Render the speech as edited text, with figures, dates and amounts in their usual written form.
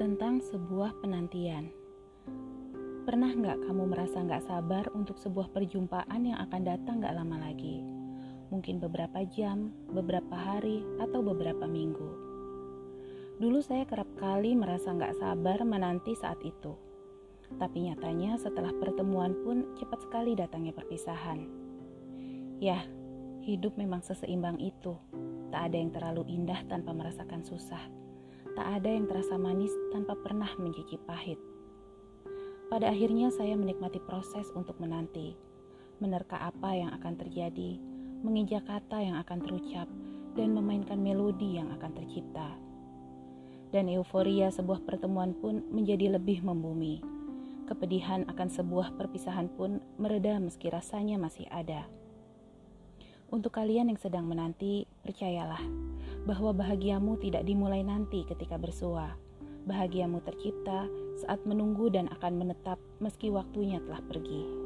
tentang sebuah penantian. Pernah nggak kamu merasa nggak sabar untuk sebuah perjumpaan yang akan datang nggak lama lagi? Mungkin beberapa jam, beberapa hari, atau beberapa minggu. Dulu saya kerap kali merasa nggak sabar menanti saat itu. Tapi nyatanya setelah pertemuan pun cepat sekali datangnya perpisahan. Yah, hidup memang seseimbang itu. Tak ada yang terlalu indah tanpa merasakan susah. Tak ada yang terasa manis tanpa pernah mencicipi pahit. Pada akhirnya saya menikmati proses untuk menanti, menerka apa yang akan terjadi, menginjak kata yang akan terucap, dan memainkan melodi yang akan tercipta. Dan euforia sebuah pertemuan pun menjadi lebih membumi. Kepedihan akan sebuah perpisahan pun mereda meski rasanya masih ada. Untuk kalian yang sedang menanti, percayalah bahwa bahagiamu tidak dimulai nanti ketika bersua. Bahagiamu tercipta saat menunggu dan akan menetap meski waktunya telah pergi.